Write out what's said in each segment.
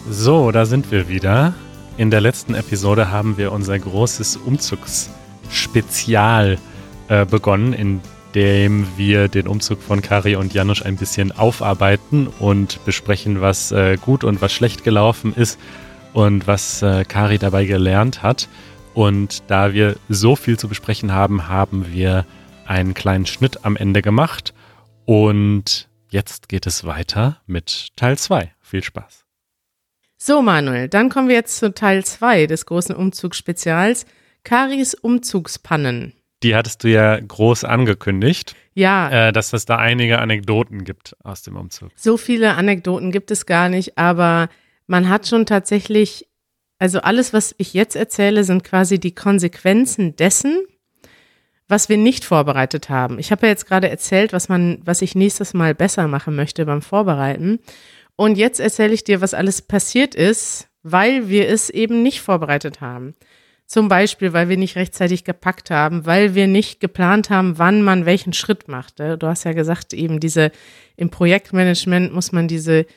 So, da sind wir wieder. In der letzten Episode haben wir unser großes Umzugsspezial begonnen, in dem wir den Umzug von Kari und Janusz ein bisschen aufarbeiten und besprechen, was gut und was schlecht gelaufen ist und was Kari dabei gelernt hat. Und da wir so viel zu besprechen haben, haben wir einen kleinen Schnitt am Ende gemacht. Und jetzt geht es weiter mit Teil 2. Viel Spaß. So, Manuel, dann kommen wir jetzt zu Teil 2 des großen Umzugsspezials, Karis Umzugspannen. Die hattest du ja groß angekündigt, Ja. dass es da einige Anekdoten gibt aus dem Umzug. So viele Anekdoten gibt es gar nicht, aber man hat schon tatsächlich, also alles, was ich jetzt erzähle, sind quasi die Konsequenzen dessen, was wir nicht vorbereitet haben. Ich habe ja jetzt gerade erzählt, was ich nächstes Mal besser machen möchte beim Vorbereiten. Und jetzt erzähle ich dir, was alles passiert ist, weil wir es eben nicht vorbereitet haben. Zum Beispiel, weil wir nicht rechtzeitig gepackt haben, weil wir nicht geplant haben, wann man welchen Schritt macht. Du hast ja gesagt, eben im Projektmanagement muss man diese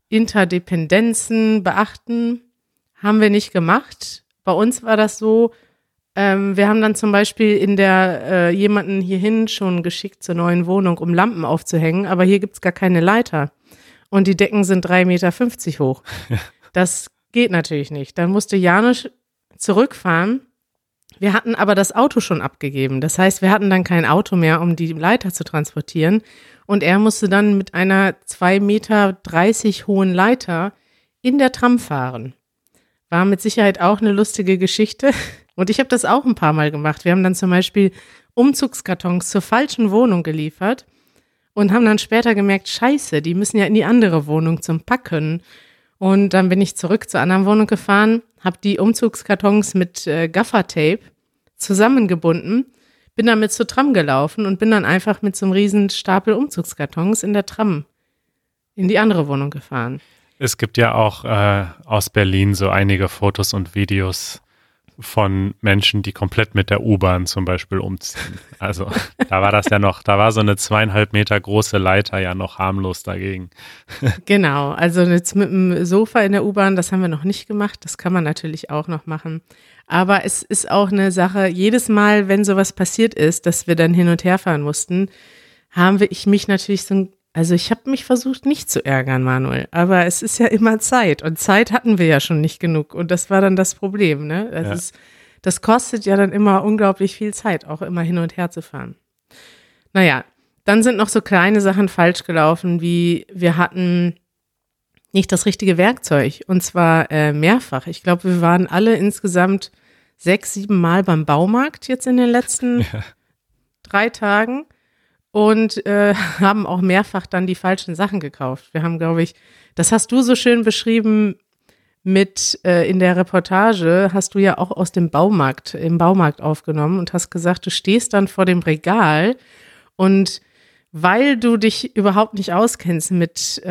Interdependenzen beachten. Haben wir nicht gemacht. Bei uns war das so, wir haben dann zum Beispiel jemanden hierhin schon geschickt zur neuen Wohnung, um Lampen aufzuhängen, aber hier gibt's gar keine Leiter. Und die Decken sind 3,50 Meter hoch. Das geht natürlich nicht. Dann musste Janusz zurückfahren. Wir hatten aber das Auto schon abgegeben. Das heißt, wir hatten dann kein Auto mehr, um die Leiter zu transportieren. Und er musste dann mit einer 2,30 Meter hohen Leiter in der Tram fahren. War mit Sicherheit auch eine lustige Geschichte. Und ich habe das auch ein paar Mal gemacht. Wir haben dann zum Beispiel Umzugskartons zur falschen Wohnung geliefert. Und haben dann später gemerkt, scheiße, die müssen ja in die andere Wohnung zum Packen. Und dann bin ich zurück zur anderen Wohnung gefahren, habe die Umzugskartons mit Gaffertape zusammengebunden, bin damit zur Tram gelaufen und bin dann einfach mit so einem riesen Stapel Umzugskartons in der Tram in die andere Wohnung gefahren. Es gibt ja auch aus Berlin so einige Fotos und Videos von Menschen, die komplett mit der U-Bahn zum Beispiel umziehen. Also da war das ja noch, da war so eine 2,5 Meter große Leiter ja noch harmlos dagegen. Genau, also jetzt mit dem Sofa in der U-Bahn, das haben wir noch nicht gemacht, das kann man natürlich auch noch machen. Aber es ist auch eine Sache, jedes Mal, wenn sowas passiert ist, dass wir dann hin und her fahren mussten, ich habe mich versucht nicht zu ärgern, Manuel, aber es ist ja immer Zeit und Zeit hatten wir ja schon nicht genug und das war dann das Problem, ne? Das kostet ja dann immer unglaublich viel Zeit, auch immer hin und her zu fahren. Naja, dann sind noch so kleine Sachen falsch gelaufen, wie wir hatten nicht das richtige Werkzeug und zwar mehrfach. Ich glaube, wir waren alle insgesamt 6, 7 Mal beim Baumarkt jetzt in den letzten 3 Tagen. Und haben auch mehrfach dann die falschen Sachen gekauft. Wir haben, glaube ich, das hast du so schön beschrieben in der Reportage, hast du ja auch im Baumarkt aufgenommen und hast gesagt, du stehst dann vor dem Regal und weil du dich überhaupt nicht auskennst mit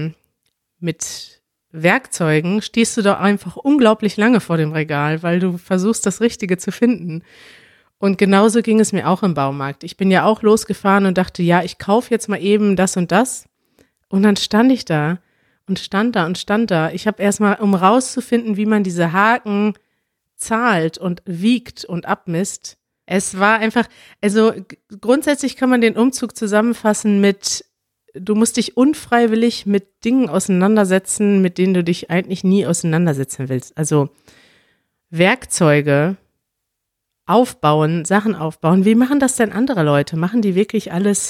Werkzeugen, stehst du da einfach unglaublich lange vor dem Regal, weil du versuchst, das Richtige zu finden. Und genauso ging es mir auch im Baumarkt. Ich bin ja auch losgefahren und dachte, ja, ich kaufe jetzt mal eben das und das. Und dann stand ich da und stand da. Ich habe erstmal, um rauszufinden, wie man diese Haken zahlt und wiegt und abmisst. Es war einfach, also grundsätzlich kann man den Umzug zusammenfassen mit, du musst dich unfreiwillig mit Dingen auseinandersetzen, mit denen du dich eigentlich nie auseinandersetzen willst. Also Werkzeuge Sachen aufbauen. Wie machen das denn andere Leute? Machen die wirklich lassen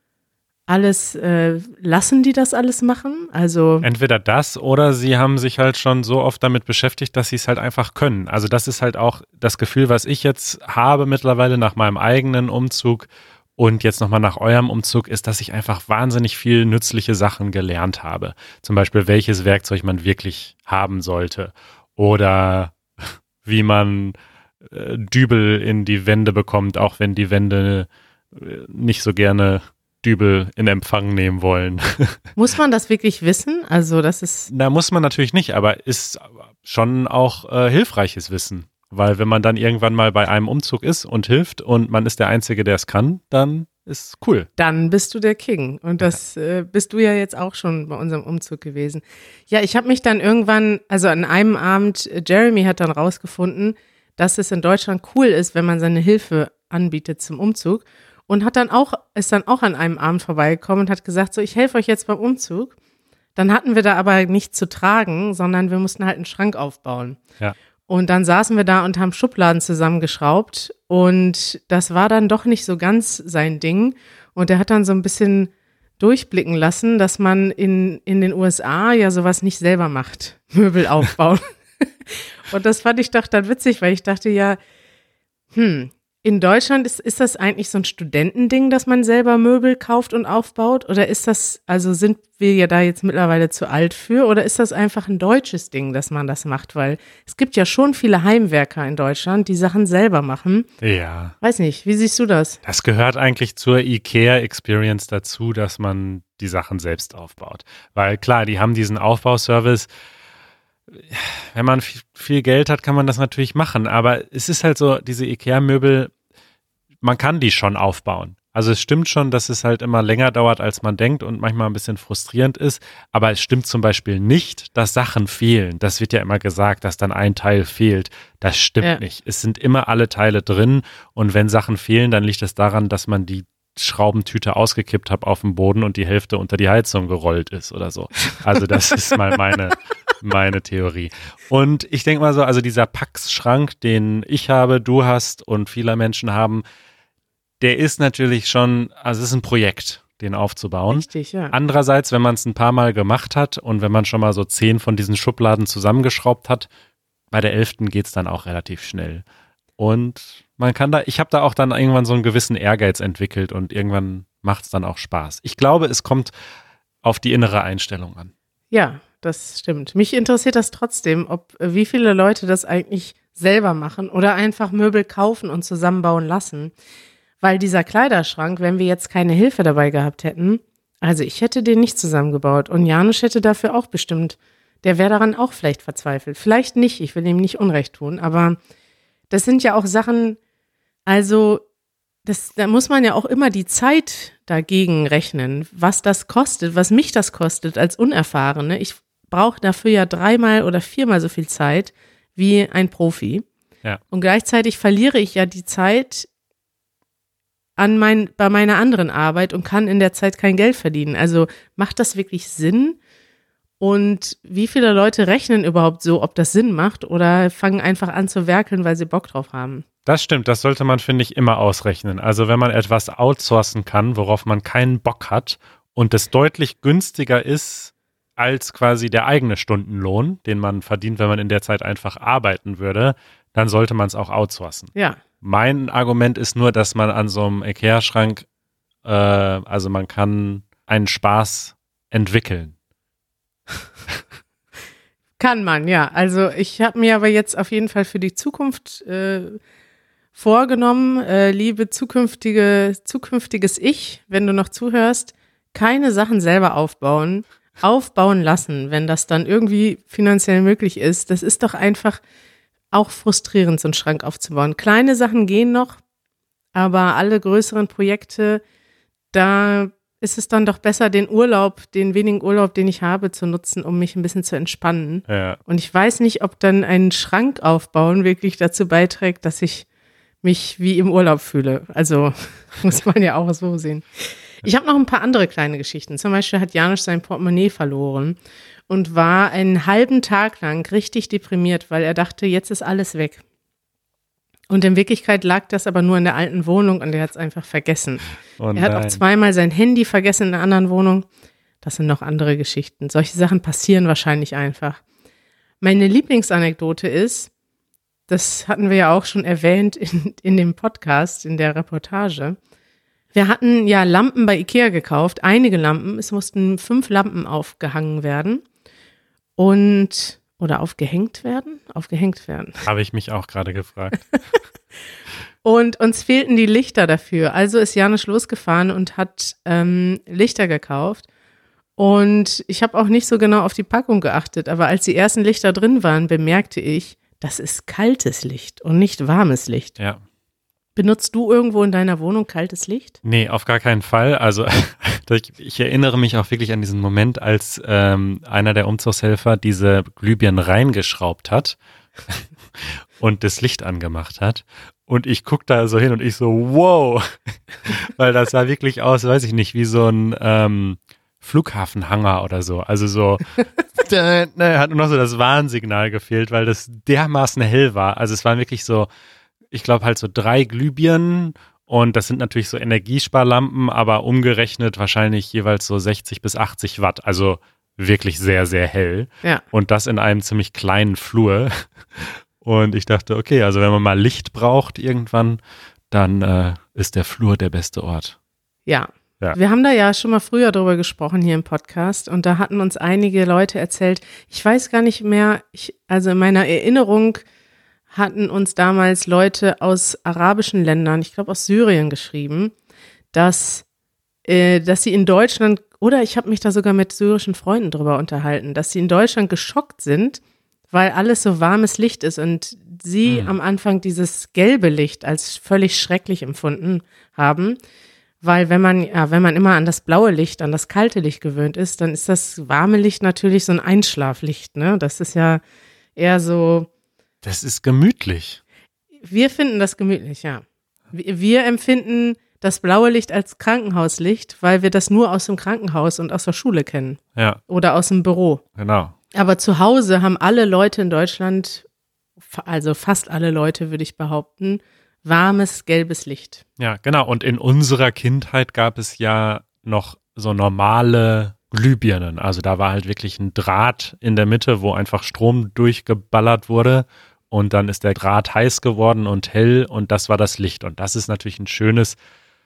die das alles machen? Also entweder das oder sie haben sich halt schon so oft damit beschäftigt, dass sie es halt einfach können. Also das ist halt auch das Gefühl, was ich jetzt habe mittlerweile nach meinem eigenen Umzug und jetzt nochmal nach eurem Umzug, ist, dass ich einfach wahnsinnig viel nützliche Sachen gelernt habe. Zum Beispiel, welches Werkzeug man wirklich haben sollte oder wie man Dübel in die Wände bekommt, auch wenn die Wände nicht so gerne Dübel in Empfang nehmen wollen. Muss man das wirklich wissen? Also das ist... Na, muss man natürlich nicht, aber ist schon auch hilfreiches Wissen. Weil wenn man dann irgendwann mal bei einem Umzug ist und hilft und man ist der Einzige, der es kann, dann ist cool. Dann bist du der King. Und das bist du ja jetzt auch schon bei unserem Umzug gewesen. Ja, ich habe mich dann irgendwann, also an einem Abend, Jeremy hat dann rausgefunden, dass es in Deutschland cool ist, wenn man seine Hilfe anbietet zum Umzug. Und ist dann auch an einem Abend vorbeigekommen und hat gesagt, so, ich helfe euch jetzt beim Umzug. Dann hatten wir da aber nichts zu tragen, sondern wir mussten halt einen Schrank aufbauen. Ja. Und dann saßen wir da und haben Schubladen zusammengeschraubt und das war dann doch nicht so ganz sein Ding. Und er hat dann so ein bisschen durchblicken lassen, dass man in den USA ja sowas nicht selber macht, Möbel aufbauen. Und das fand ich doch dann witzig, weil ich dachte ja, in Deutschland ist das eigentlich so ein Studentending, dass man selber Möbel kauft und aufbaut? Oder ist das, also sind wir ja da jetzt mittlerweile zu alt für? Oder ist das einfach ein deutsches Ding, dass man das macht? Weil es gibt ja schon viele Heimwerker in Deutschland, die Sachen selber machen. Ja. Weiß nicht, wie siehst du das? Das gehört eigentlich zur IKEA-Experience dazu, dass man die Sachen selbst aufbaut. Weil klar, die haben diesen Aufbauservice. Wenn man viel Geld hat, kann man das natürlich machen. Aber es ist halt so, diese IKEA-Möbel, man kann die schon aufbauen. Also es stimmt schon, dass es halt immer länger dauert, als man denkt und manchmal ein bisschen frustrierend ist. Aber es stimmt zum Beispiel nicht, dass Sachen fehlen. Das wird ja immer gesagt, dass dann ein Teil fehlt. Das stimmt nicht. Es sind immer alle Teile drin. Und wenn Sachen fehlen, dann liegt es daran, dass man die Schraubentüte ausgekippt hat auf dem Boden und die Hälfte unter die Heizung gerollt ist oder so. Also das ist mal meine Theorie. Und ich denke mal so, also dieser Pax-Schrank, den ich habe, du hast und viele Menschen haben, der ist natürlich schon, also es ist ein Projekt, den aufzubauen. Richtig, ja. Andererseits, wenn man es ein paar Mal gemacht hat und wenn man schon mal so 10 von diesen Schubladen zusammengeschraubt hat, bei der 11. geht es dann auch relativ schnell. Und man kann ich habe da auch dann irgendwann so einen gewissen Ehrgeiz entwickelt und irgendwann macht es dann auch Spaß. Ich glaube, es kommt auf die innere Einstellung an. Ja, das stimmt. Mich interessiert das trotzdem, wie viele Leute das eigentlich selber machen oder einfach Möbel kaufen und zusammenbauen lassen. Weil dieser Kleiderschrank, wenn wir jetzt keine Hilfe dabei gehabt hätten, also ich hätte den nicht zusammengebaut und Janusz hätte dafür auch bestimmt, der wäre daran auch vielleicht verzweifelt. Vielleicht nicht, ich will ihm nicht Unrecht tun, aber das sind ja auch Sachen, also da muss man ja auch immer die Zeit dagegen rechnen, was das kostet, was mich das kostet als Unerfahrene. Ich brauche dafür ja 3-mal oder 4-mal so viel Zeit wie ein Profi. Ja. Und gleichzeitig verliere ich ja die Zeit bei meiner anderen Arbeit und kann in der Zeit kein Geld verdienen. Also macht das wirklich Sinn? Und wie viele Leute rechnen überhaupt so, ob das Sinn macht oder fangen einfach an zu werkeln, weil sie Bock drauf haben? Das stimmt, das sollte man, finde ich, immer ausrechnen. Also wenn man etwas outsourcen kann, worauf man keinen Bock hat und es deutlich günstiger ist als quasi der eigene Stundenlohn, den man verdient, wenn man in der Zeit einfach arbeiten würde, dann sollte man es auch outsourcen. Ja. Mein Argument ist nur, dass man an so einem IKEA-Schrank, also man kann einen Spaß entwickeln. Kann man, ja. Also ich habe mir aber jetzt auf jeden Fall für die Zukunft vorgenommen, liebe zukünftiges Ich, wenn du noch zuhörst, keine Sachen selber aufbauen lassen, wenn das dann irgendwie finanziell möglich ist. Das ist doch einfach auch frustrierend, so einen Schrank aufzubauen. Kleine Sachen gehen noch, aber alle größeren Projekte, da ist es dann doch besser, den wenigen Urlaub, den ich habe, zu nutzen, um mich ein bisschen zu entspannen. Ja. Und ich weiß nicht, ob dann einen Schrank aufbauen wirklich dazu beiträgt, dass ich mich wie im Urlaub fühle. Also muss man ja auch so sehen. Ich habe noch ein paar andere kleine Geschichten. Zum Beispiel hat Janusz sein Portemonnaie verloren und war einen halben Tag lang richtig deprimiert, weil er dachte, jetzt ist alles weg. Und in Wirklichkeit lag das aber nur in der alten Wohnung und er hat es einfach vergessen. Oh er hat auch 2-mal sein Handy vergessen in einer anderen Wohnung. Das sind noch andere Geschichten. Solche Sachen passieren wahrscheinlich einfach. Meine Lieblingsanekdote ist, das hatten wir ja auch schon erwähnt in dem Podcast, in der Reportage. Wir hatten ja Lampen bei IKEA gekauft, einige Lampen. Es mussten 5 Lampen aufgehangen werden oder aufgehängt werden? Aufgehängt werden. Habe ich mich auch gerade gefragt. Und uns fehlten die Lichter dafür. Also ist Janusz losgefahren und hat Lichter gekauft. Und ich habe auch nicht so genau auf die Packung geachtet, aber als die ersten Lichter drin waren, bemerkte ich, das ist kaltes Licht und nicht warmes Licht. Ja. Benutzt du irgendwo in deiner Wohnung kaltes Licht? Nee, auf gar keinen Fall. Also ich erinnere mich auch wirklich an diesen Moment, als einer der Umzugshelfer diese Glühbirnen reingeschraubt hat und das Licht angemacht hat. Und ich gucke da so hin und ich so, wow, weil das sah wirklich aus, weiß ich nicht, wie so ein Flughafenhangar oder so. Also so, hat nur noch so das Warnsignal gefehlt, weil das dermaßen hell war. Also es waren wirklich so, ich glaube halt so 3 Glühbirnen und das sind natürlich so Energiesparlampen, aber umgerechnet wahrscheinlich jeweils so 60 bis 80 Watt. Also wirklich sehr, sehr hell. Ja. Und das in einem ziemlich kleinen Flur. Und ich dachte, okay, also wenn man mal Licht braucht irgendwann, dann ist der Flur der beste Ort. Ja. Ja. Wir haben da ja schon mal früher drüber gesprochen hier im Podcast und da hatten uns einige Leute erzählt, ich weiß gar nicht mehr, also in meiner Erinnerung hatten uns damals Leute aus arabischen Ländern, ich glaube aus Syrien geschrieben, dass sie in Deutschland, oder ich habe mich da sogar mit syrischen Freunden drüber unterhalten, dass sie in Deutschland geschockt sind, weil alles so warmes Licht ist und sie am Anfang dieses gelbe Licht als völlig schrecklich empfunden haben, weil wenn man immer an das blaue Licht, an das kalte Licht gewöhnt ist, dann ist das warme Licht natürlich so ein Einschlaflicht, ne? Das ist ja eher so. Das ist gemütlich. Wir finden das gemütlich, ja. Wir empfinden das blaue Licht als Krankenhauslicht, weil wir das nur aus dem Krankenhaus und aus der Schule kennen. Ja. Oder aus dem Büro. Genau. Aber zu Hause haben alle Leute in Deutschland, also fast alle Leute, würde ich behaupten, warmes, gelbes Licht. Ja, genau. Und in unserer Kindheit gab es ja noch so normale Glühbirnen. Also da war halt wirklich ein Draht in der Mitte, wo einfach Strom durchgeballert wurde. Und dann ist der Draht heiß geworden und hell und das war das Licht. Und das ist natürlich ein schönes,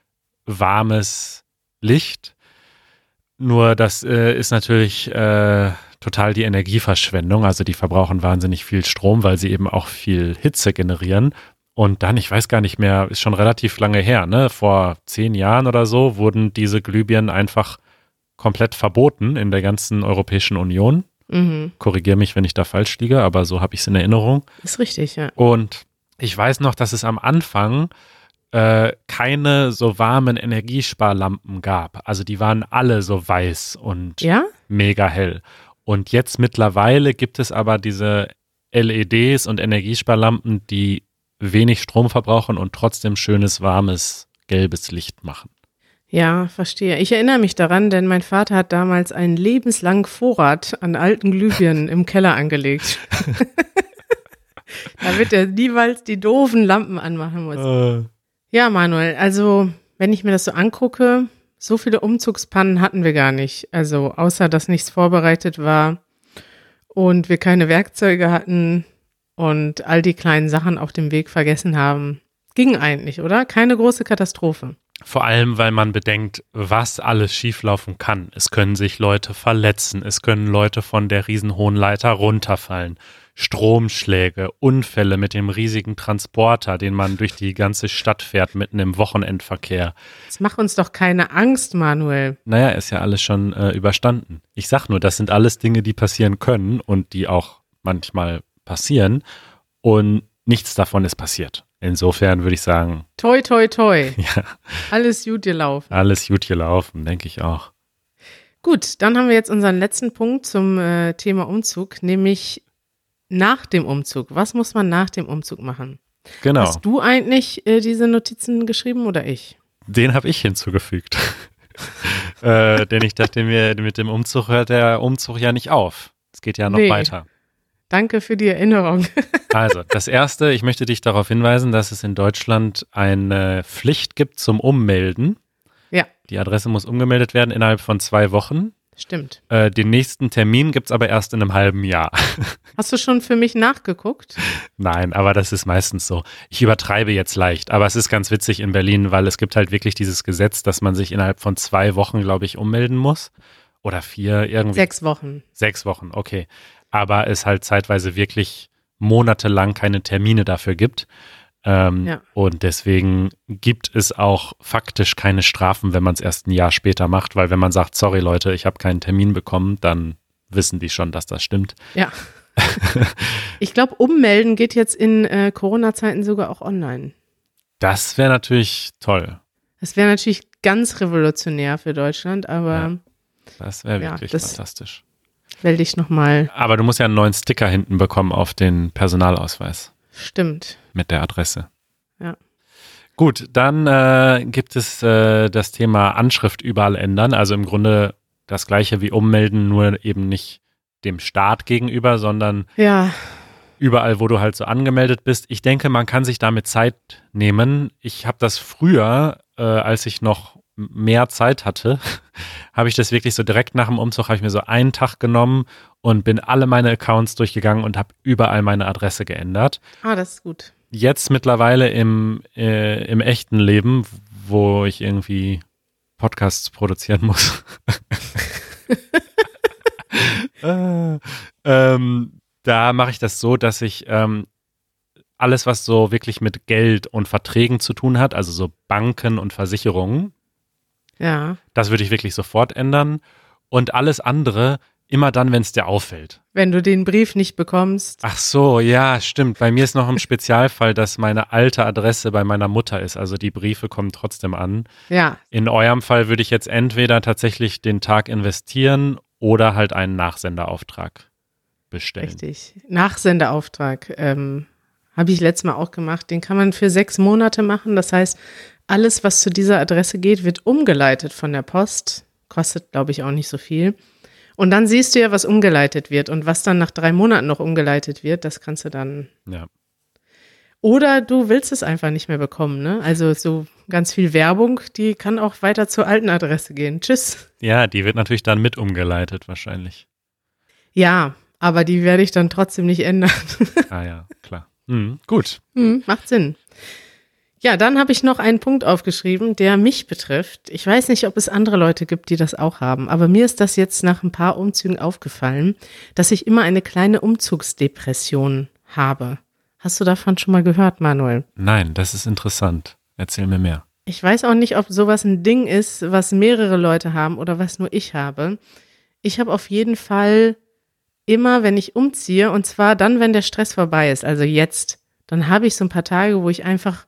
warmes Licht. Nur das ist natürlich total die Energieverschwendung. Also die verbrauchen wahnsinnig viel Strom, weil sie eben auch viel Hitze generieren. Und dann, ich weiß gar nicht mehr, ist schon relativ lange her, ne? Vor 10 Jahren oder so wurden diese Glühbirnen einfach komplett verboten in der ganzen Europäischen Union. Korrigiere mich, wenn ich da falsch liege, aber so habe ich es in Erinnerung. Ist richtig, ja. Und ich weiß noch, dass es am Anfang keine so warmen Energiesparlampen gab. Also die waren alle so weiß und mega hell. Und jetzt mittlerweile gibt es aber diese LEDs und Energiesparlampen, die wenig Strom verbrauchen und trotzdem schönes, warmes, gelbes Licht machen. Ja, verstehe. Ich erinnere mich daran, denn mein Vater hat damals einen lebenslangen Vorrat an alten Glühbirnen im Keller angelegt. Damit er niemals die doofen Lampen anmachen muss. Ja, Manuel, also wenn ich mir das so angucke, so viele Umzugspannen hatten wir gar nicht. Also außer, dass nichts vorbereitet war und wir keine Werkzeuge hatten und all die kleinen Sachen auf dem Weg vergessen haben. Ging eigentlich, oder? Keine große Katastrophe. Vor allem, weil man bedenkt, was alles schieflaufen kann. Es können sich Leute verletzen, es können Leute von der riesenhohen Leiter runterfallen, Stromschläge, Unfälle mit dem riesigen Transporter, den man durch die ganze Stadt fährt, mitten im Wochenendverkehr. Das macht uns doch keine Angst, Manuel. Naja, ist ja alles schon überstanden. Ich sag nur, das sind alles Dinge, die passieren können und die auch manchmal passieren und nichts davon ist passiert. Insofern würde ich sagen, toi, toi, toi. Ja, Alles gut gelaufen. alles gut gelaufen, denke ich auch. Gut, dann haben wir jetzt unseren letzten Punkt zum Thema Umzug, nämlich nach dem Umzug. Was muss man nach dem Umzug machen? Genau. Hast du eigentlich diese Notizen geschrieben oder ich? Den habe ich hinzugefügt. Denn ich dachte mir, mit dem Umzug hört der Umzug ja nicht auf. Es geht ja noch weiter. Danke für die Erinnerung. Also, das Erste, ich möchte dich darauf hinweisen, dass es in Deutschland eine Pflicht gibt zum Ummelden. Ja. Die Adresse muss umgemeldet werden innerhalb von 2 Wochen. Stimmt. Den nächsten Termin gibt es aber erst in einem halben Jahr. Hast du schon für mich nachgeguckt? Nein, aber das ist meistens so. Ich übertreibe jetzt leicht, aber es ist ganz witzig in Berlin, weil es gibt halt wirklich dieses Gesetz, dass man sich innerhalb von 2 Wochen, glaube ich, ummelden muss. Oder 4 irgendwie. 6 Wochen. 6 Wochen, okay. Aber es halt zeitweise wirklich monatelang keine Termine dafür gibt. Und deswegen gibt es auch faktisch keine Strafen, wenn man es erst ein Jahr später macht, weil wenn man sagt, sorry Leute, ich habe keinen Termin bekommen, dann wissen die schon, dass das stimmt. Ja. Ich glaube, ummelden geht jetzt in Corona-Zeiten sogar auch online. Das wäre natürlich toll. Das wäre natürlich ganz revolutionär für Deutschland, aber Das wäre wirklich fantastisch. Melde ich nochmal. Aber du musst ja einen neuen Sticker hinten bekommen auf den Personalausweis. Stimmt. Mit der Adresse. Ja. Gut, dann gibt es das Thema Anschrift überall ändern. Also im Grunde das gleiche wie ummelden, nur eben nicht dem Staat gegenüber, sondern überall, wo du halt so angemeldet bist. Ich denke, man kann sich damit Zeit nehmen. Ich habe das früher, als ich noch mehr Zeit hatte, habe ich das wirklich so direkt nach dem Umzug, habe ich mir so einen Tag genommen und bin alle meine Accounts durchgegangen und habe überall meine Adresse geändert. Ah, das ist gut. Jetzt mittlerweile im echten Leben, wo ich irgendwie Podcasts produzieren muss, da mache ich das so, dass ich alles, was so wirklich mit Geld und Verträgen zu tun hat, also so Banken und Versicherungen, das würde ich wirklich sofort ändern. Und alles andere immer dann, wenn es dir auffällt. Wenn du den Brief nicht bekommst. Ach so, ja, stimmt. Bei mir ist noch ein Spezialfall, dass meine alte Adresse bei meiner Mutter ist. Also die Briefe kommen trotzdem an. Ja. In eurem Fall würde ich jetzt entweder tatsächlich den Tag investieren oder halt einen Nachsenderauftrag bestellen. Richtig. Nachsenderauftrag habe ich letztes Mal auch gemacht. Den kann man für 6 Monate machen. Das heißt, alles, was zu dieser Adresse geht, wird umgeleitet von der Post. Kostet, glaube ich, auch nicht so viel. Und dann siehst du ja, was umgeleitet wird. Und was dann nach 3 Monaten noch umgeleitet wird, das kannst du dann. Ja. Oder du willst es einfach nicht mehr bekommen, ne? Also so ganz viel Werbung, die kann auch weiter zur alten Adresse gehen. Tschüss. Ja, die wird natürlich dann mit umgeleitet wahrscheinlich. Ja, aber die werde ich dann trotzdem nicht ändern. Ah ja, klar. Gut. Macht Sinn. Ja, dann habe ich noch einen Punkt aufgeschrieben, der mich betrifft. Ich weiß nicht, ob es andere Leute gibt, die das auch haben, aber mir ist das jetzt nach ein paar Umzügen aufgefallen, dass ich immer eine kleine Umzugsdepression habe. Hast du davon schon mal gehört, Manuel? Nein, das ist interessant. Erzähl mir mehr. Ich weiß auch nicht, ob sowas ein Ding ist, was mehrere Leute haben oder was nur ich habe. Ich habe auf jeden Fall immer, wenn ich umziehe, und zwar dann, wenn der Stress vorbei ist, also jetzt, dann habe ich so ein paar Tage, wo ich einfach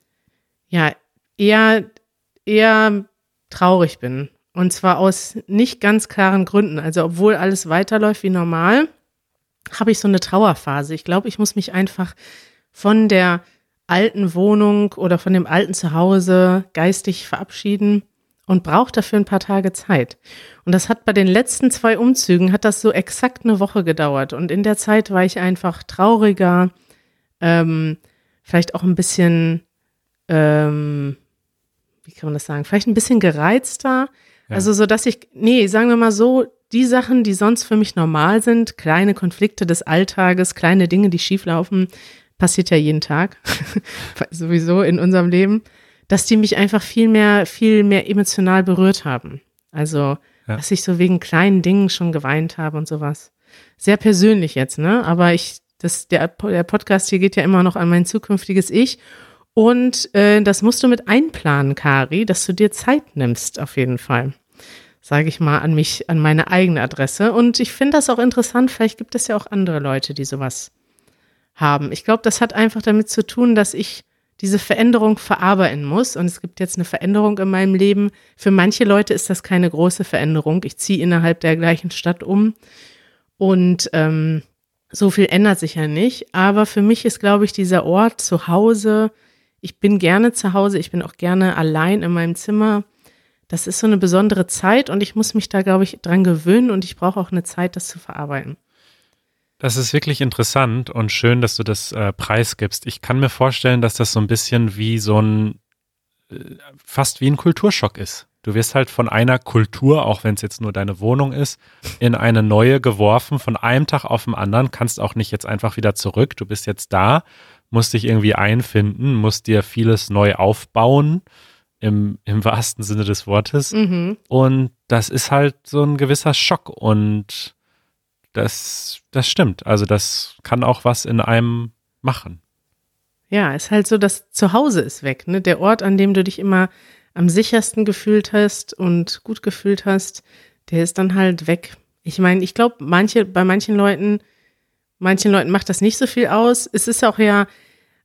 eher traurig bin. Und zwar aus nicht ganz klaren Gründen. Also obwohl alles weiterläuft wie normal, habe ich so eine Trauerphase. Ich glaube, ich muss mich einfach von der alten Wohnung oder von dem alten Zuhause geistig verabschieden und brauche dafür ein paar Tage Zeit. Und das hat bei den letzten 2 Umzügen, hat das so exakt eine Woche gedauert. Und in der Zeit war ich einfach trauriger, vielleicht auch ein bisschen wie kann man das sagen, vielleicht ein bisschen gereizter, also so, dass sagen wir mal so, die Sachen, die sonst für mich normal sind, kleine Konflikte des Alltages, kleine Dinge, die schieflaufen, passiert ja jeden Tag, sowieso in unserem Leben, dass die mich einfach viel mehr emotional berührt haben. Also, dass ich so wegen kleinen Dingen schon geweint habe und sowas. Sehr persönlich jetzt, ne, aber der Podcast hier geht ja immer noch an mein zukünftiges Ich. Und das musst du mit einplanen, Kari, dass du dir Zeit nimmst, auf jeden Fall. Sage ich mal an meine eigene Adresse. Und ich finde das auch interessant, vielleicht gibt es ja auch andere Leute, die sowas haben. Ich glaube, das hat einfach damit zu tun, dass ich diese Veränderung verarbeiten muss. Und es gibt jetzt eine Veränderung in meinem Leben. Für manche Leute ist das keine große Veränderung. Ich ziehe innerhalb der gleichen Stadt um. Und so viel ändert sich ja nicht. Aber für mich ist, glaube ich, dieser Ort zu Hause. Ich bin gerne zu Hause, ich bin auch gerne allein in meinem Zimmer. Das ist so eine besondere Zeit und ich muss mich da, glaube ich, dran gewöhnen und ich brauche auch eine Zeit, das zu verarbeiten. Das ist wirklich interessant und schön, dass du das preisgibst. Ich kann mir vorstellen, dass das so ein bisschen wie fast wie ein Kulturschock ist. Du wirst halt von einer Kultur, auch wenn es jetzt nur deine Wohnung ist, in eine neue geworfen, von einem Tag auf den anderen, kannst auch nicht jetzt einfach wieder zurück. Du bist jetzt da, musst dich irgendwie einfinden, musst dir vieles neu aufbauen, im wahrsten Sinne des Wortes. Und das ist halt so ein gewisser Schock und das stimmt. Also das kann auch was in einem machen. Ja, ist halt so, das Zuhause ist weg, ne? Der Ort, an dem du dich immer am sichersten gefühlt hast und gut gefühlt hast, der ist dann halt weg. Ich meine, ich glaube, bei manchen Leuten macht das nicht so viel aus. Es ist auch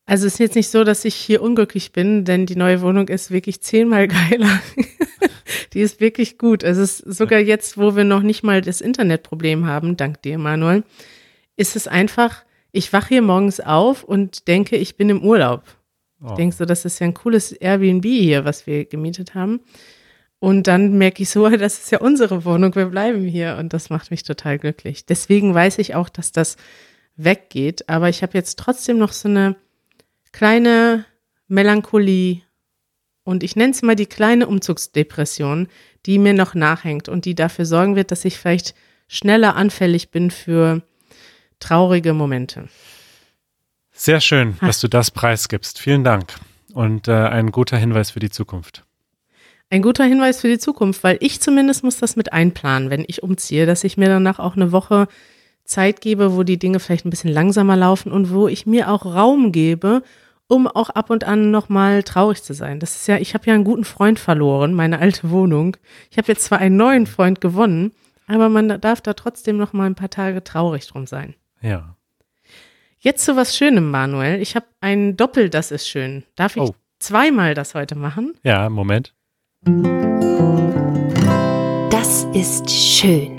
Also es ist jetzt nicht so, dass ich hier unglücklich bin, denn die neue Wohnung ist wirklich 10-mal geiler. Die ist wirklich gut. Also es ist sogar jetzt, wo wir noch nicht mal das Internetproblem haben, dank dir, Manuel, ist es einfach, ich wache hier morgens auf und denke, ich bin im Urlaub. Ich denke so, das ist ja ein cooles Airbnb hier, was wir gemietet haben. Und dann merke ich so, das ist ja unsere Wohnung, wir bleiben hier. Und das macht mich total glücklich. Deswegen weiß ich auch, dass das weggeht. Aber ich habe jetzt trotzdem noch so eine kleine Melancholie und ich nenne es mal die kleine Umzugsdepression, die mir noch nachhängt und die dafür sorgen wird, dass ich vielleicht schneller anfällig bin für traurige Momente. Sehr schön, dass du das preisgibst. Vielen Dank und ein guter Hinweis für die Zukunft. Ein guter Hinweis für die Zukunft, weil ich zumindest muss das mit einplanen, wenn ich umziehe, dass ich mir danach auch eine Woche Zeit gebe, wo die Dinge vielleicht ein bisschen langsamer laufen und wo ich mir auch Raum gebe, um auch ab und an nochmal traurig zu sein. Das ist ja, ich habe ja einen guten Freund verloren, meine alte Wohnung. Ich habe jetzt zwar einen neuen Freund gewonnen, aber man darf da trotzdem noch mal ein paar Tage traurig drum sein. Ja. Jetzt zu was Schönem, Manuel. Ich habe ein Doppel, das ist schön. Darf ich zweimal das heute machen? Ja, Moment. Das ist schön.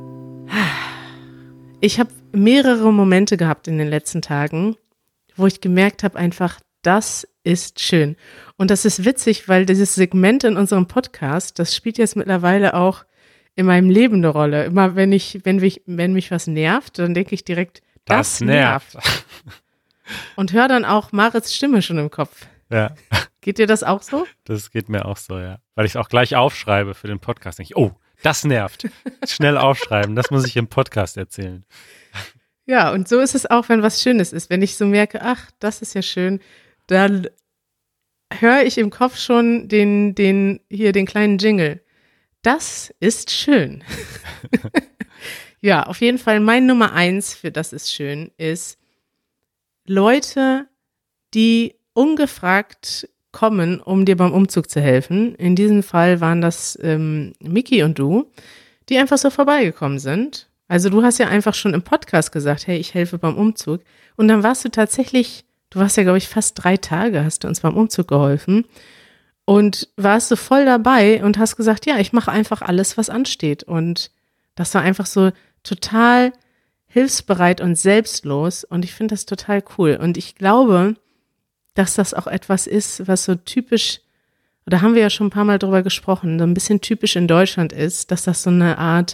Ich habe mehrere Momente gehabt in den letzten Tagen, wo ich gemerkt habe, einfach, das ist schön. Und das ist witzig, weil dieses Segment in unserem Podcast, das spielt jetzt mittlerweile auch in meinem Leben eine Rolle. Immer wenn mich was nervt, dann denke ich direkt, das nervt. Und höre dann auch Marits Stimme schon im Kopf. Ja. Geht dir das auch so? Das geht mir auch so, ja. Weil ich es auch gleich aufschreibe für den Podcast. Denke ich, oh, das nervt. Schnell aufschreiben, das muss ich im Podcast erzählen. Ja, und so ist es auch, wenn was Schönes ist. Wenn ich so merke, ach, das ist ja schön, dann höre ich im Kopf schon den kleinen Jingle. Das ist schön. Ja, auf jeden Fall mein Nummer 1 für das ist schön ist Leute, die ungefragt kommen, um dir beim Umzug zu helfen. In diesem Fall waren das Miki und du, die einfach so vorbeigekommen sind. Also du hast ja einfach schon im Podcast gesagt, hey, ich helfe beim Umzug. Und dann warst du tatsächlich, du warst ja, glaube ich, fast 3 Tage, hast du uns beim Umzug geholfen. Und warst du voll dabei und hast gesagt, ja, ich mache einfach alles, was ansteht. Und das war einfach so total hilfsbereit und selbstlos. Und ich finde das total cool. Und ich glaube, dass das auch etwas ist, was so typisch, oder haben wir ja schon ein paar Mal drüber gesprochen, so ein bisschen typisch in Deutschland ist, dass das so eine Art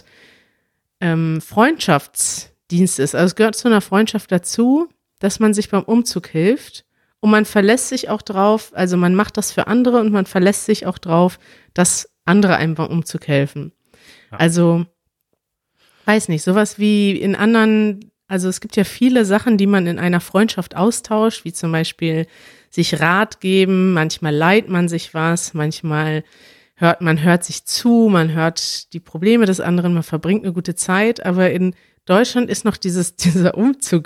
Freundschaftsdienst ist. Also es gehört zu einer Freundschaft dazu, dass man sich beim Umzug hilft und man verlässt sich auch drauf, also man macht das für andere und man verlässt sich auch drauf, dass andere einem beim Umzug helfen. Ja. Also, weiß nicht, sowas wie in anderen, also es gibt ja viele Sachen, die man in einer Freundschaft austauscht, wie zum Beispiel sich Rat geben, manchmal leiht man sich was, manchmal hört sich zu, man hört die Probleme des anderen, man verbringt eine gute Zeit, aber in Deutschland ist noch dieser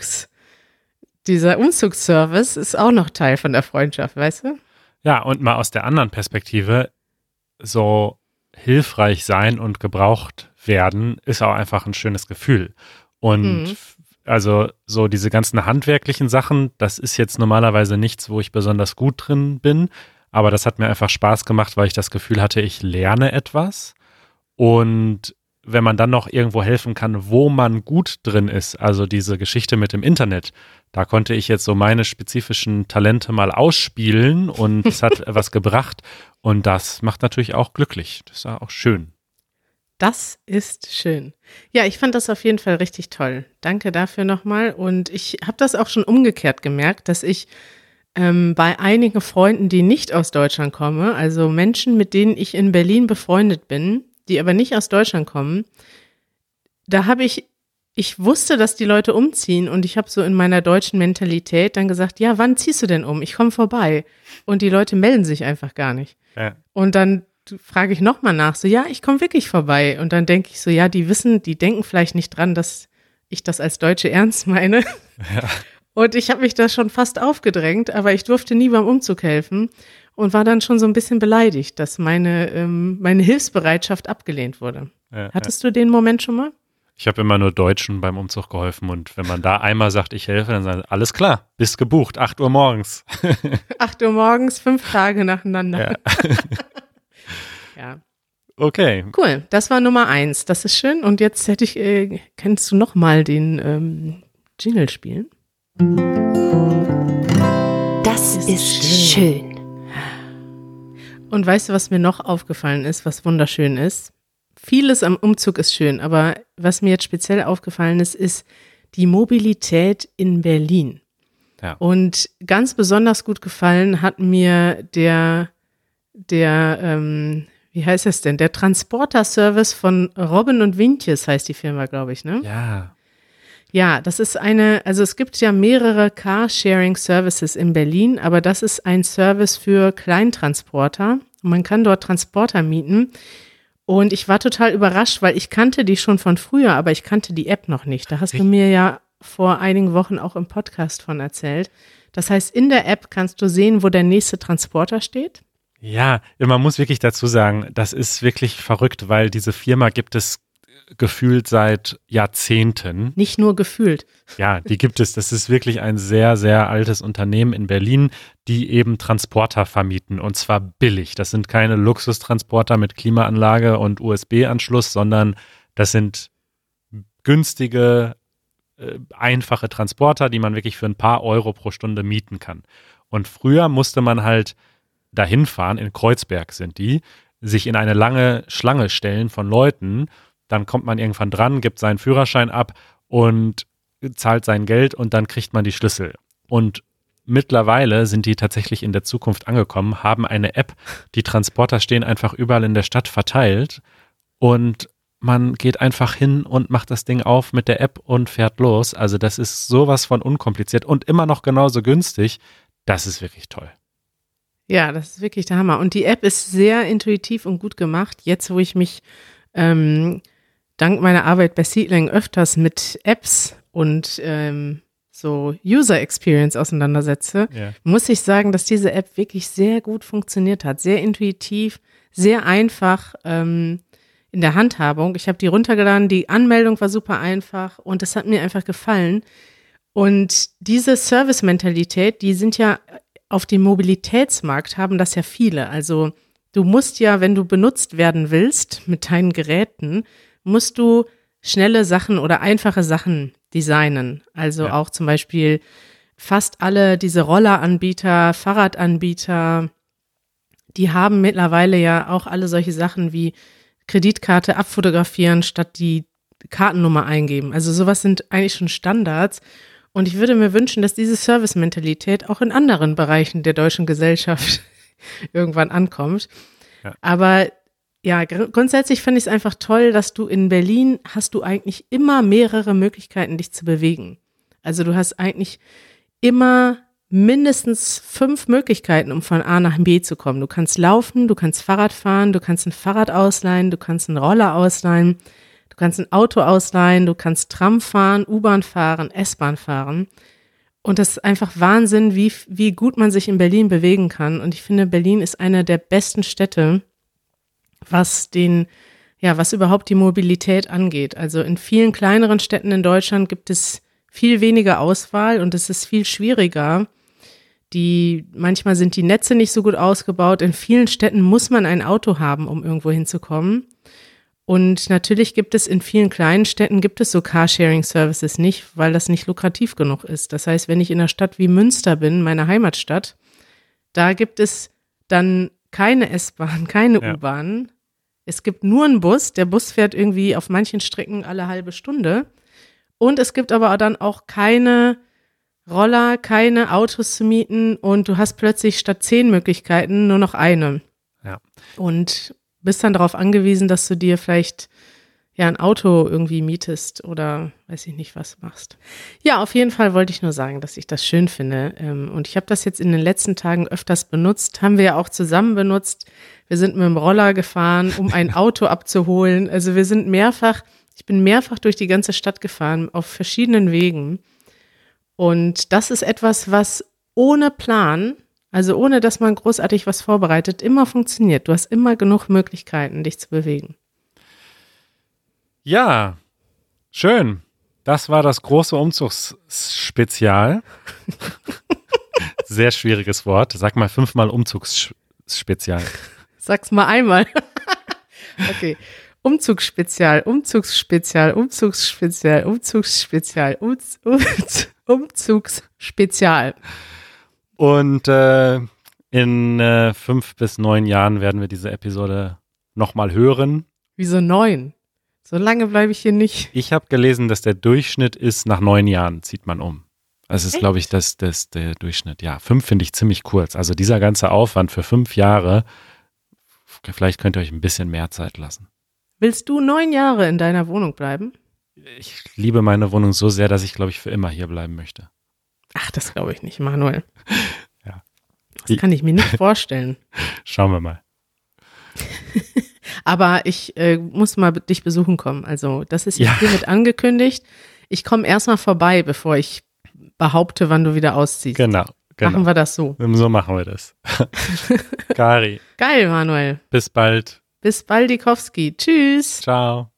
Umzugsservice ist auch noch Teil von der Freundschaft, weißt du? Ja, und mal aus der anderen Perspektive, so hilfreich sein und gebraucht werden, ist auch einfach ein schönes Gefühl. Und also so diese ganzen handwerklichen Sachen, das ist jetzt normalerweise nichts, wo ich besonders gut drin bin. Aber das hat mir einfach Spaß gemacht, weil ich das Gefühl hatte, ich lerne etwas. Und wenn man dann noch irgendwo helfen kann, wo man gut drin ist, also diese Geschichte mit dem Internet, da konnte ich jetzt so meine spezifischen Talente mal ausspielen und es hat was gebracht. Und das macht natürlich auch glücklich. Das ist auch schön. Das ist schön. Ja, ich fand das auf jeden Fall richtig toll. Danke dafür nochmal. Und ich habe das auch schon umgekehrt gemerkt, dass ich bei einigen Freunden, die nicht aus Deutschland kommen, also Menschen, mit denen ich in Berlin befreundet bin, die aber nicht aus Deutschland kommen, da habe ich wusste, dass die Leute umziehen und ich habe so in meiner deutschen Mentalität dann gesagt, ja, wann ziehst du denn um? Ich komme vorbei. Und die Leute melden sich einfach gar nicht. Ja. Und dann frage ich nochmal nach, so, ja, ich komme wirklich vorbei. Und dann denke ich so, ja, die denken vielleicht nicht dran, dass ich das als Deutsche ernst meine. Ja. Und ich habe mich da schon fast aufgedrängt, aber ich durfte nie beim Umzug helfen und war dann schon so ein bisschen beleidigt, dass meine Hilfsbereitschaft abgelehnt wurde. Ja, Hattest du den Moment schon mal? Ich habe immer nur Deutschen beim Umzug geholfen und wenn man da einmal sagt, ich helfe, dann sagen sie, alles klar, bist gebucht, 8 Uhr morgens. 8 Uhr morgens, 5 Tage nacheinander. Ja. Ja. Okay. Cool, das war Nummer 1, das ist schön. Und jetzt kannst du noch mal den Jingle spielen? Das ist schön. Und weißt du, was mir noch aufgefallen ist, was wunderschön ist? Vieles am Umzug ist schön, aber was mir jetzt speziell aufgefallen ist die Mobilität in Berlin. Ja. Und ganz besonders gut gefallen hat mir der wie heißt das denn? Der Transporter-Service von Robin und Wintjes heißt die Firma, glaube ich, ne? Ja. Ja, das ist also es gibt ja mehrere Carsharing-Services in Berlin, aber das ist ein Service für Kleintransporter. Man kann dort Transporter mieten. Und ich war total überrascht, weil ich kannte die schon von früher, aber ich kannte die App noch nicht. Da hast du mir ja vor einigen Wochen auch im Podcast von erzählt. Das heißt, in der App kannst du sehen, wo der nächste Transporter steht. Ja, man muss wirklich dazu sagen, das ist wirklich verrückt, weil diese Firma gibt es gefühlt seit Jahrzehnten. Nicht nur gefühlt. Ja, die gibt es. Das ist wirklich ein sehr, sehr altes Unternehmen in Berlin, die eben Transporter vermieten und zwar billig. Das sind keine Luxustransporter mit Klimaanlage und USB-Anschluss, sondern das sind günstige, einfache Transporter, die man wirklich für ein paar Euro pro Stunde mieten kann. Und früher musste man halt dahin fahren, in Kreuzberg sind die, sich in eine lange Schlange stellen von Leuten. Dann kommt man irgendwann dran, gibt seinen Führerschein ab und zahlt sein Geld und dann kriegt man die Schlüssel. Und mittlerweile sind die tatsächlich in der Zukunft angekommen, haben eine App, die Transporter stehen einfach überall in der Stadt verteilt und man geht einfach hin und macht das Ding auf mit der App und fährt los. Also das ist sowas von unkompliziert und immer noch genauso günstig. Das ist wirklich toll. Ja, das ist wirklich der Hammer. Und die App ist sehr intuitiv und gut gemacht. Jetzt, wo ich mich dank meiner Arbeit bei Seedling öfters mit Apps und so User Experience auseinandersetze, muss ich sagen, dass diese App wirklich sehr gut funktioniert hat. Sehr intuitiv, sehr einfach in der Handhabung. Ich habe die runtergeladen, die Anmeldung war super einfach und das hat mir einfach gefallen. Und diese Service-Mentalität, die sind ja auf dem Mobilitätsmarkt, haben das ja viele. Also du musst ja, wenn du benutzt werden willst mit deinen Geräten, musst du schnelle Sachen oder einfache Sachen designen. Also auch zum Beispiel fast alle diese Rolleranbieter, Fahrradanbieter, die haben mittlerweile ja auch alle solche Sachen wie Kreditkarte abfotografieren, statt die Kartennummer eingeben. Also sowas sind eigentlich schon Standards. Und ich würde mir wünschen, dass diese Service-Mentalität auch in anderen Bereichen der deutschen Gesellschaft irgendwann ankommt. Ja. Aber ja, grundsätzlich finde ich es einfach toll, dass du in Berlin hast du eigentlich immer mehrere Möglichkeiten, dich zu bewegen. Also du hast eigentlich immer mindestens 5 Möglichkeiten, um von A nach B zu kommen. Du kannst laufen, du kannst Fahrrad fahren, du kannst ein Fahrrad ausleihen, du kannst einen Roller ausleihen, du kannst ein Auto ausleihen, du kannst Tram fahren, U-Bahn fahren, S-Bahn fahren. Und das ist einfach Wahnsinn, wie gut man sich in Berlin bewegen kann. Und ich finde, Berlin ist eine der besten Städte, was überhaupt die Mobilität angeht. Also in vielen kleineren Städten in Deutschland gibt es viel weniger Auswahl und es ist viel schwieriger. Manchmal sind die Netze nicht so gut ausgebaut. In vielen Städten muss man ein Auto haben, um irgendwo hinzukommen. Und natürlich gibt es in vielen kleinen Städten so Carsharing-Services nicht, weil das nicht lukrativ genug ist. Das heißt, wenn ich in einer Stadt wie Münster bin, meiner Heimatstadt, da gibt es dann keine S-Bahn, keine U-Bahn. Es gibt nur einen Bus. Der Bus fährt irgendwie auf manchen Strecken alle halbe Stunde. Und es gibt aber dann auch keine Roller, keine Autos zu mieten und du hast plötzlich statt 10 Möglichkeiten nur noch eine. Ja. Und bist dann darauf angewiesen, dass du dir vielleicht ein Auto irgendwie mietest oder weiß ich nicht, was machst. Ja, auf jeden Fall wollte ich nur sagen, dass ich das schön finde. Und ich habe das jetzt in den letzten Tagen öfters benutzt, haben wir ja auch zusammen benutzt. Wir sind mit dem Roller gefahren, um ein Auto abzuholen. Also ich bin mehrfach durch die ganze Stadt gefahren, auf verschiedenen Wegen. Und das ist etwas, was ohne Plan, also ohne, dass man großartig was vorbereitet, immer funktioniert. Du hast immer genug Möglichkeiten, dich zu bewegen. Ja, Schön. Das war das große Umzugsspezial. Sehr schwieriges Wort. Sag mal 5-mal Umzugsspezial. Sag's mal einmal. Okay. Umzugsspezial, Umzugsspezial, Umzugsspezial, Umzugsspezial, Umzugsspezial. Und in 5 bis 9 Jahren werden wir diese Episode nochmal hören. Wieso 9? So lange bleibe ich hier nicht. Ich habe gelesen, dass der Durchschnitt ist, nach 9 Jahren zieht man um. Das ist, glaube ich, der Durchschnitt. Ja, 5 finde ich ziemlich kurz. Also dieser ganze Aufwand für 5 Jahre, vielleicht könnt ihr euch ein bisschen mehr Zeit lassen. Willst du 9 Jahre in deiner Wohnung bleiben? Ich liebe meine Wohnung so sehr, dass ich, glaube ich, für immer hier bleiben möchte. Ach, das glaube ich nicht, Manuel. Ja. Das kann ich mir nicht vorstellen. Schauen wir mal. Aber ich muss mal dich besuchen kommen. Also das ist jetzt Ja. hiermit angekündigt. Ich komme erstmal vorbei, bevor ich behaupte, wann du wieder ausziehst. Genau. Machen wir das so. So machen wir das. Kari, Geil, Manuel. bis bald. Bis baldikowski. Tschüss. Ciao.